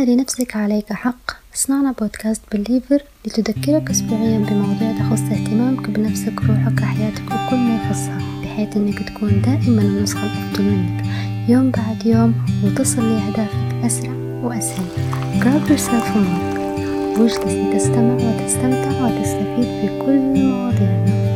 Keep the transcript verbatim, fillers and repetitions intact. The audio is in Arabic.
أن لنفسك عليك حق. اصنعنا بودكاست بالليفر لتذكرك أسبوعيا بمواضيع تخص اهتمامك بنفسك، روحك، حياتك وكل ما يخصها، بحيث أنك تكون دائما النسخة الأفضل منك يوم بعد يوم وتصل لأهدافك أسرع وأسهل. Grab yourself a mug واجلس لتستمع وتستمتع وتستفيد في كل مواضيعنا.